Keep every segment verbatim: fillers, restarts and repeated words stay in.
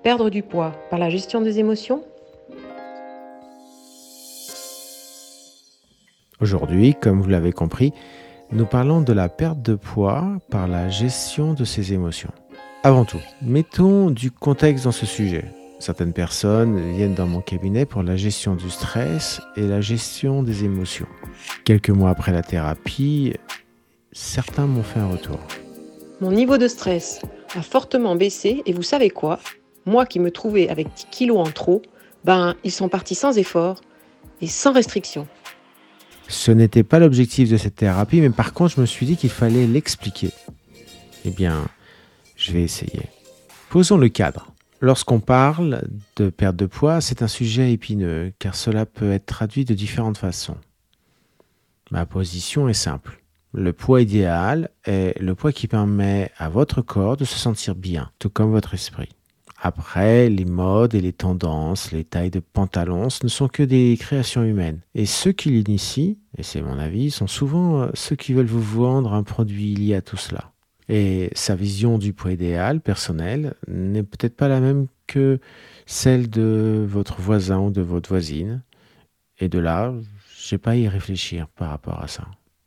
Perdre du poids par la gestion des émotions? Aujourd'hui, comme vous l'avez compris, nous parlons de la perte de poids par la gestion de ses émotions. Avant tout, mettons du contexte dans ce sujet. Certaines personnes viennent dans mon cabinet pour la gestion du stress et la gestion des émotions. Quelques mois après la thérapie, certains m'ont fait un retour. Mon niveau de stress a fortement baissé et vous savez quoi? Moi qui me trouvais avec dix kilos en trop, ben ils sont partis sans effort et sans restriction. Ce n'était pas l'objectif de cette thérapie, mais par contre, je me suis dit qu'il fallait l'expliquer. Eh bien, je vais essayer. Posons le cadre. Lorsqu'on parle de perte de poids, c'est un sujet épineux, car cela peut être traduit de différentes façons. Ma position est simple. Le poids idéal est le poids qui permet à votre corps de se sentir bien, tout comme votre esprit. Après, les modes et les tendances, les tailles de pantalons, ce ne sont que des créations humaines. Et ceux qui l'initient, et c'est mon avis, sont souvent ceux qui veulent vous vendre un produit lié à tout cela. Et sa vision du poids idéal personnel n'est peut-être pas la même que celle de votre voisin ou de votre voisine. Et de là, je n'ai pas à y réfléchir par rapport à ça.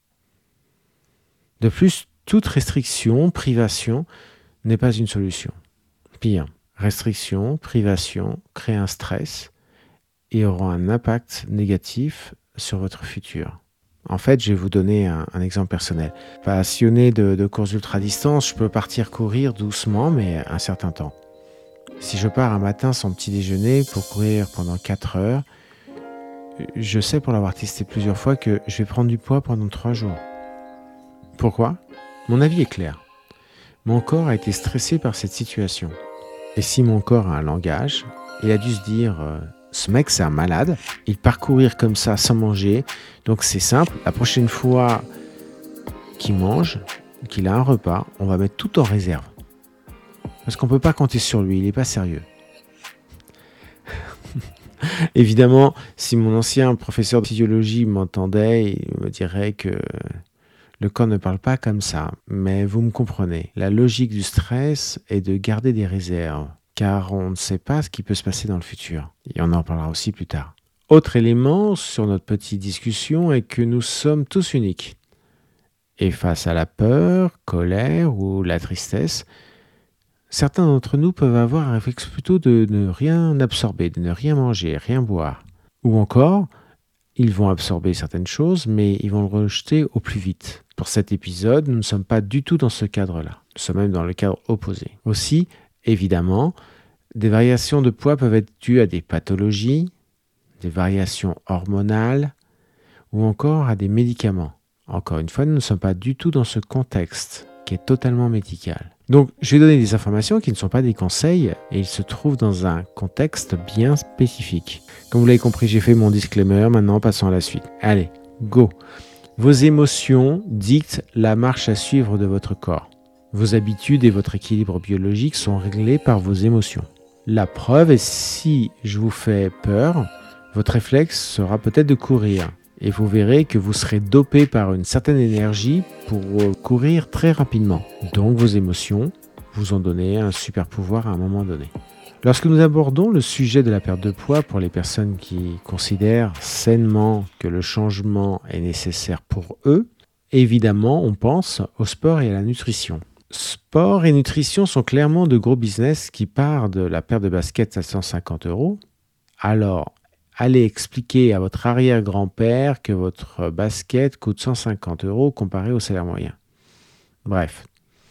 De plus, toute restriction, privation n'est pas une solution. Pire, restriction, privation créent un stress et auront un impact négatif sur votre futur. En fait, je vais vous donner un, un exemple personnel. Passionné de, de courses ultra-distance, je peux partir courir doucement, mais un certain temps. Si je pars un matin sans petit déjeuner pour courir pendant quatre heures, je sais pour l'avoir testé plusieurs fois que je vais prendre du poids pendant trois jours. Pourquoi ? Mon avis est clair. Mon corps a été stressé par cette situation. Et si mon corps a un langage, il a dû se dire euh, « ce mec c'est un malade, il part courir comme ça sans manger, donc c'est simple, la prochaine fois qu'il mange, qu'il a un repas, on va mettre tout en réserve. Parce qu'on ne peut pas compter sur lui, il n'est pas sérieux. » Évidemment, si mon ancien professeur de physiologie m'entendait, il me dirait que le corps ne parle pas comme ça, mais vous me comprenez. La logique du stress est de garder des réserves, car on ne sait pas ce qui peut se passer dans le futur. Et on en parlera aussi plus tard. Autre élément sur notre petite discussion est que nous sommes tous uniques. Et face à la peur, colère ou la tristesse, certains d'entre nous peuvent avoir un réflexe plutôt de ne rien absorber, de ne rien manger, rien boire. Ou encore, ils vont absorber certaines choses, mais ils vont le rejeter au plus vite. Pour cet épisode, nous ne sommes pas du tout dans ce cadre-là. Nous sommes même dans le cadre opposé. Aussi, évidemment, des variations de poids peuvent être dues à des pathologies, des variations hormonales ou encore à des médicaments. Encore une fois, nous ne sommes pas du tout dans ce contexte qui est totalement médical. Donc, je vais donner des informations qui ne sont pas des conseils et ils se trouvent dans un contexte bien spécifique. Comme vous l'avez compris, j'ai fait mon disclaimer. Maintenant, passons à la suite. Allez, go! Vos émotions dictent la marche à suivre de votre corps. Vos habitudes et votre équilibre biologique sont réglés par vos émotions. La preuve est si je vous fais peur, votre réflexe sera peut-être de courir. Et vous verrez que vous serez dopé par une certaine énergie pour courir très rapidement. Donc vos émotions vous ont donné un super pouvoir à un moment donné. Lorsque nous abordons le sujet de la perte de poids pour les personnes qui considèrent sainement que le changement est nécessaire pour eux, évidemment on pense au sport et à la nutrition. Sport et nutrition sont clairement de gros business qui partent de la paire de baskets à cent cinquante euros. Alors, allez expliquer à votre arrière-grand-père que votre basket coûte cent cinquante euros comparé au salaire moyen. Bref,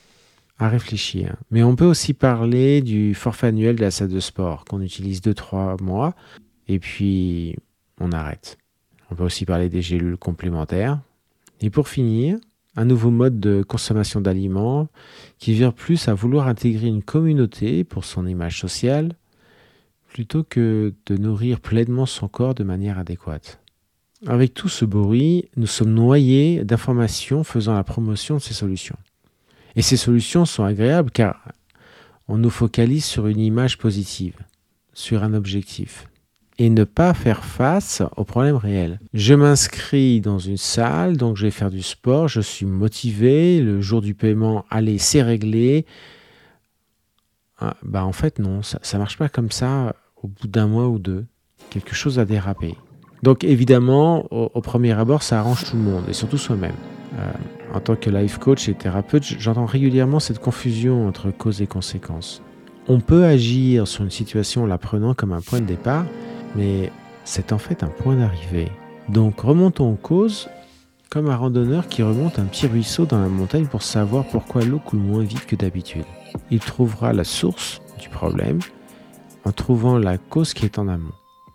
à réfléchir. Mais on peut aussi parler du forfait annuel de la salle de sport qu'on utilise deux à trois mois et puis on arrête. On peut aussi parler des gélules complémentaires. Et pour finir, un nouveau mode de consommation d'aliments qui vient plus à vouloir intégrer une communauté pour son image sociale plutôt que de nourrir pleinement son corps de manière adéquate. Avec tout ce bruit, nous sommes noyés d'informations faisant la promotion de ces solutions. Et ces solutions sont agréables car on nous focalise sur une image positive, sur un objectif, et ne pas faire face aux problèmes réels. Je m'inscris dans une salle, donc je vais faire du sport, je suis motivé, le jour du paiement, allez, c'est réglé. Ah, bah en fait non, ça ne marche pas comme ça au bout d'un mois ou deux. Quelque chose a dérapé. Donc évidemment, au, au premier abord, ça arrange tout le monde, et surtout soi-même. Euh, en tant que life coach et thérapeute, j'entends régulièrement cette confusion entre cause et conséquence. On peut agir sur une situation en la prenant comme un point de départ, mais c'est en fait un point d'arrivée. Donc remontons aux causes comme un randonneur qui remonte un petit ruisseau dans la montagne pour savoir pourquoi l'eau coule moins vite que d'habitude. Il trouvera la source du problème en trouvant la cause qui est en amont.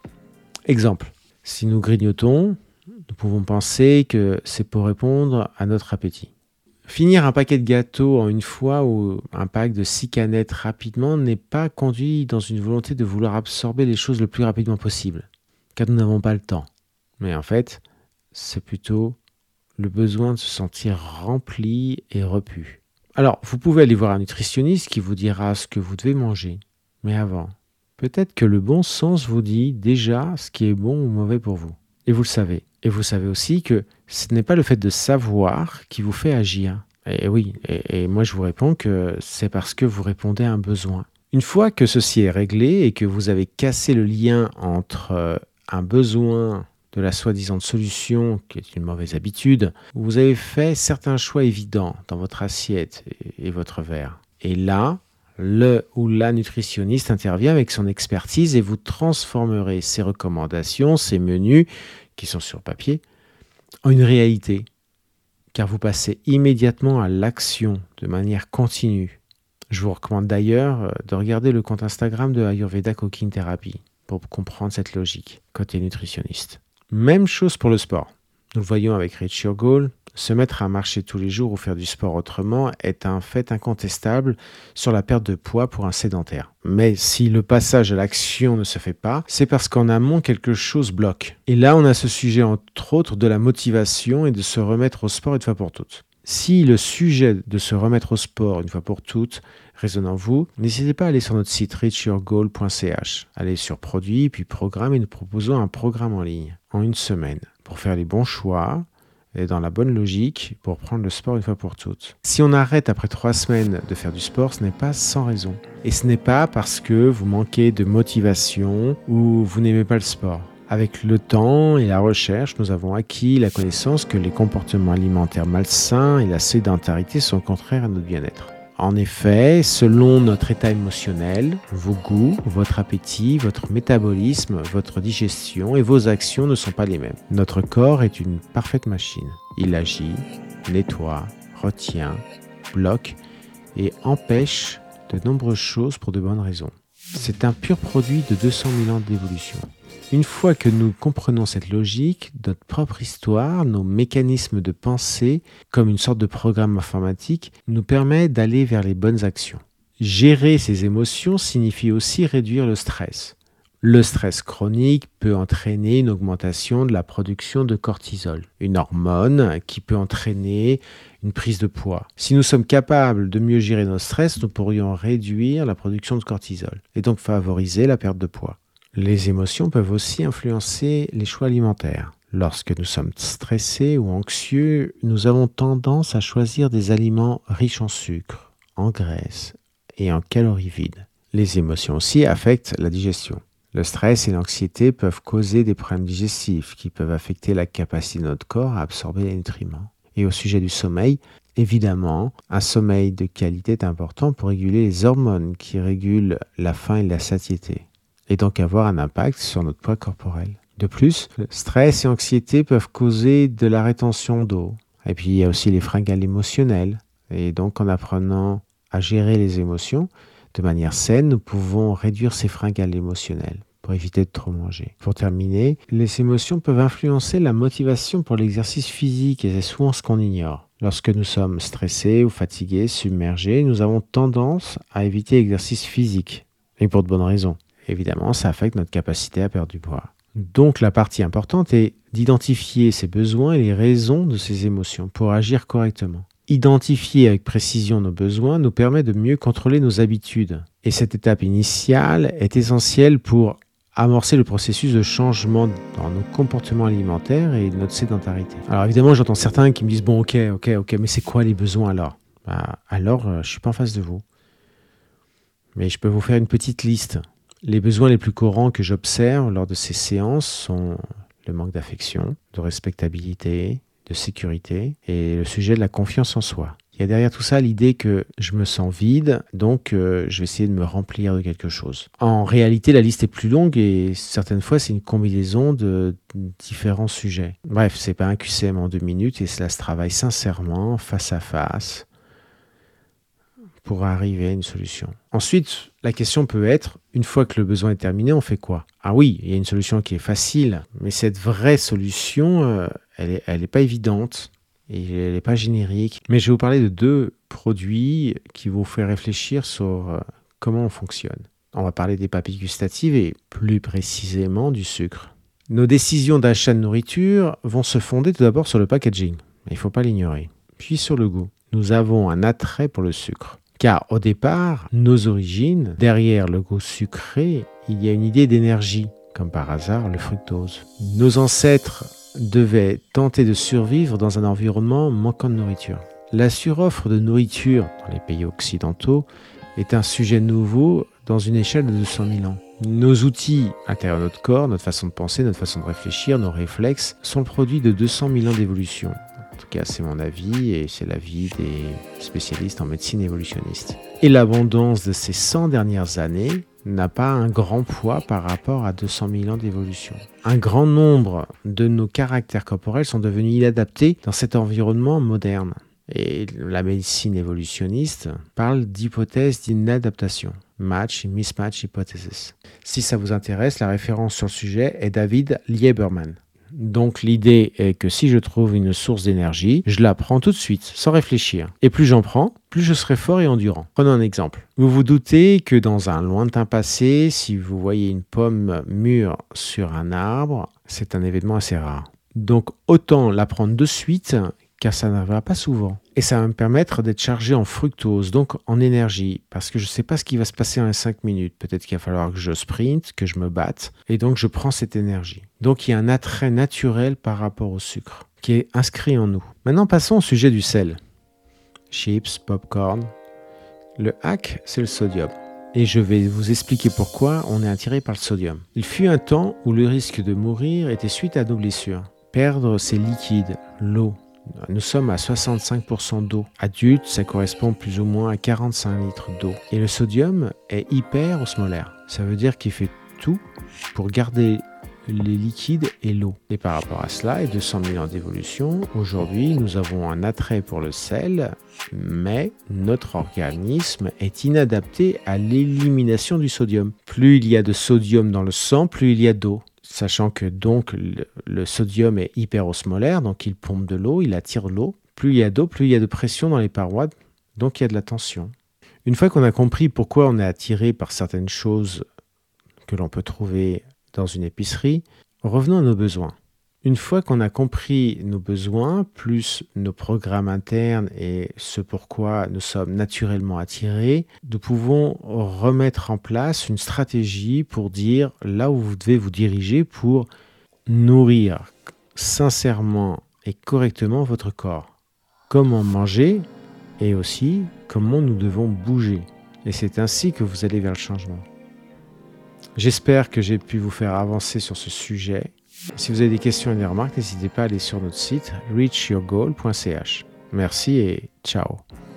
Exemple, si nous grignotons, nous pouvons penser que c'est pour répondre à notre appétit. Finir un paquet de gâteaux en une fois ou un pack de six canettes rapidement n'est pas conduit dans une volonté de vouloir absorber les choses le plus rapidement possible, car nous n'avons pas le temps. Mais en fait, c'est plutôt le besoin de se sentir rempli et repu. Alors, vous pouvez aller voir un nutritionniste qui vous dira ce que vous devez manger. Mais avant, peut-être que le bon sens vous dit déjà ce qui est bon ou mauvais pour vous. Et vous le savez. Et vous savez aussi que ce n'est pas le fait de savoir qui vous fait agir. Et oui, et, et moi je vous réponds que c'est parce que vous répondez à un besoin. Une fois que ceci est réglé et que vous avez cassé le lien entre euh, un besoin de la soi-disant solution, qui est une mauvaise habitude, vous avez fait certains choix évidents dans votre assiette et, et votre verre. Et là, le ou la nutritionniste intervient avec son expertise et vous transformerez ces recommandations, ces menus qui sont sur papier, en une réalité, car vous passez immédiatement à l'action de manière continue. Je vous recommande d'ailleurs de regarder le compte Instagram de Ayurveda Cooking Therapy pour comprendre cette logique côté nutritionniste. Même chose pour le sport. Nous le voyons avec Reach Your Goal, se mettre à marcher tous les jours ou faire du sport autrement est un fait incontestable sur la perte de poids pour un sédentaire. Mais si le passage à l'action ne se fait pas, c'est parce qu'en amont quelque chose bloque. Et là, on a ce sujet entre autres de la motivation et de se remettre au sport une fois pour toutes. Si le sujet de se remettre au sport une fois pour toutes résonne en vous, n'hésitez pas à aller sur notre site reach your goal point c h. Allez sur produits, puis programme et nous proposons un programme en ligne en une semaine pour faire les bons choix et dans la bonne logique pour prendre le sport une fois pour toutes. Si on arrête après trois semaines de faire du sport, ce n'est pas sans raison. Et ce n'est pas parce que vous manquez de motivation ou vous n'aimez pas le sport. Avec le temps et la recherche, nous avons acquis la connaissance que les comportements alimentaires malsains et la sédentarité sont contraires à notre bien-être. En effet, selon notre état émotionnel, vos goûts, votre appétit, votre métabolisme, votre digestion et vos actions ne sont pas les mêmes. Notre corps est une parfaite machine. Il agit, nettoie, retient, bloque et empêche de nombreuses choses pour de bonnes raisons. C'est un pur produit de deux cent mille ans d'évolution. Une fois que nous comprenons cette logique, notre propre histoire, nos mécanismes de pensée, comme une sorte de programme informatique, nous permet d'aller vers les bonnes actions. Gérer ces émotions signifie aussi réduire le stress. Le stress chronique peut entraîner une augmentation de la production de cortisol, une hormone qui peut entraîner une prise de poids. Si nous sommes capables de mieux gérer nos stress, nous pourrions réduire la production de cortisol et donc favoriser la perte de poids. Les émotions peuvent aussi influencer les choix alimentaires. Lorsque nous sommes stressés ou anxieux, nous avons tendance à choisir des aliments riches en sucre, en graisse et en calories vides. Les émotions aussi affectent la digestion. Le stress et l'anxiété peuvent causer des problèmes digestifs qui peuvent affecter la capacité de notre corps à absorber les nutriments. Et au sujet du sommeil, évidemment, un sommeil de qualité est important pour réguler les hormones qui régulent la faim et la satiété, et donc avoir un impact sur notre poids corporel. De plus, le stress et l'anxiété peuvent causer de la rétention d'eau. Et puis, il y a aussi les fringales émotionnelles. Et donc, en apprenant à gérer les émotions de manière saine, nous pouvons réduire ces fringales émotionnelles pour éviter de trop manger. Pour terminer, les émotions peuvent influencer la motivation pour l'exercice physique et c'est souvent ce qu'on ignore. Lorsque nous sommes stressés ou fatigués, submergés, nous avons tendance à éviter l'exercice physique. Et pour de bonnes raisons. Évidemment, ça affecte notre capacité à perdre du poids. Donc, la partie importante est d'identifier ses besoins et les raisons de ces émotions pour agir correctement. Identifier avec précision nos besoins nous permet de mieux contrôler nos habitudes. Et cette étape initiale est essentielle pour amorcer le processus de changement dans nos comportements alimentaires et notre sédentarité. Alors évidemment, j'entends certains qui me disent « Bon, ok, ok, ok, mais c'est quoi les besoins alors ?» Bah, alors, euh, je ne suis pas en face de vous. mais je peux vous faire une petite liste. Les besoins les plus courants que j'observe lors de ces séances sont le manque d'affection, de respectabilité, de sécurité et le sujet de la confiance en soi. Il y a derrière tout ça l'idée que je me sens vide, donc euh, je vais essayer de me remplir de quelque chose. En réalité, la liste est plus longue et certaines fois, c'est une combinaison de différents sujets. Bref, c'est pas un Q C M en deux minutes et cela se travaille sincèrement, face à face, pour arriver à une solution. Ensuite, la question peut être, une fois que le besoin est terminé, on fait quoi? Ah oui, il y a une solution qui est facile, mais cette vraie solution, euh, elle est, elle est pas évidente. Et elle n'est pas générique. Mais je vais vous parler de deux produits qui vont vous faire réfléchir sur euh, comment on fonctionne. On va parler des papilles gustatives et plus précisément du sucre. Nos décisions d'achat de nourriture vont se fonder tout d'abord sur le packaging. Il ne faut pas l'ignorer. Puis sur le goût. Nous avons un attrait pour le sucre. Car au départ, nos origines, derrière le goût sucré, il y a une idée d'énergie, comme par hasard le fructose. Nos ancêtres devaient tenter de survivre dans un environnement manquant de nourriture. La suroffre de nourriture dans les pays occidentaux est un sujet nouveau dans une échelle de deux cent mille ans. Nos outils intérieurs de notre corps, notre façon de penser, notre façon de réfléchir, nos réflexes sont le produit de deux cent mille ans d'évolution. En tout cas, c'est mon avis et c'est l'avis des spécialistes en médecine évolutionniste. Et l'abondance de ces cent dernières années n'a pas un grand poids par rapport à deux cent mille ans d'évolution. Un grand nombre de nos caractères corporels sont devenus inadaptés dans cet environnement moderne. Et la médecine évolutionniste parle d'hypothèse d'inadaptation. Match, mismatch hypothesis. Si ça vous intéresse, la référence sur le sujet est David Lieberman. Donc l'idée est que si je trouve une source d'énergie, je la prends tout de suite, sans réfléchir. Et plus j'en prends, plus je serai fort et endurant. Prenons un exemple. Vous vous doutez que dans un lointain passé, si vous voyez une pomme mûre sur un arbre, c'est un événement assez rare. Donc autant la prendre de suite, car ça n'arrivera pas souvent. Et ça va me permettre d'être chargé en fructose, donc en énergie, parce que je ne sais pas ce qui va se passer en cinq minutes. Peut-être qu'il va falloir que je sprinte, que je me batte, et donc je prends cette énergie. Donc il y a un attrait naturel par rapport au sucre, qui est inscrit en nous. Maintenant passons au sujet du sel. Chips, popcorn. Le hack, c'est le sodium. Et je vais vous expliquer pourquoi on est attiré par le sodium. Il fut un temps où le risque de mourir était suite à nos blessures. Perdre ses liquides, l'eau. Nous sommes à soixante-cinq pour cent d'eau. Adulte, ça correspond plus ou moins à quarante-cinq litres d'eau. Et le sodium est hyperosmolaire. Ça veut dire qu'il fait tout pour garder les liquides et l'eau. Et par rapport à cela, et deux cent mille ans d'évolution, aujourd'hui, nous avons un attrait pour le sel, mais notre organisme est inadapté à l'élimination du sodium. Plus il y a de sodium dans le sang, plus il y a d'eau. Sachant que donc le, le sodium est hyperosmolaire, donc il pompe de l'eau, il attire l'eau. Plus il y a d'eau, plus il y a de pression dans les parois, donc il y a de la tension. Une fois qu'on a compris pourquoi on est attiré par certaines choses que l'on peut trouver dans une épicerie, revenons à nos besoins. Une fois qu'on a compris nos besoins, plus nos programmes internes et ce pourquoi nous sommes naturellement attirés, nous pouvons remettre en place une stratégie pour dire là où vous devez vous diriger pour nourrir sincèrement et correctement votre corps. Comment manger et aussi comment nous devons bouger. Et c'est ainsi que vous allez vers le changement. J'espère que j'ai pu vous faire avancer sur ce sujet. Si vous avez des questions et des remarques, n'hésitez pas à aller sur notre site reach your goal point c h. Merci et ciao.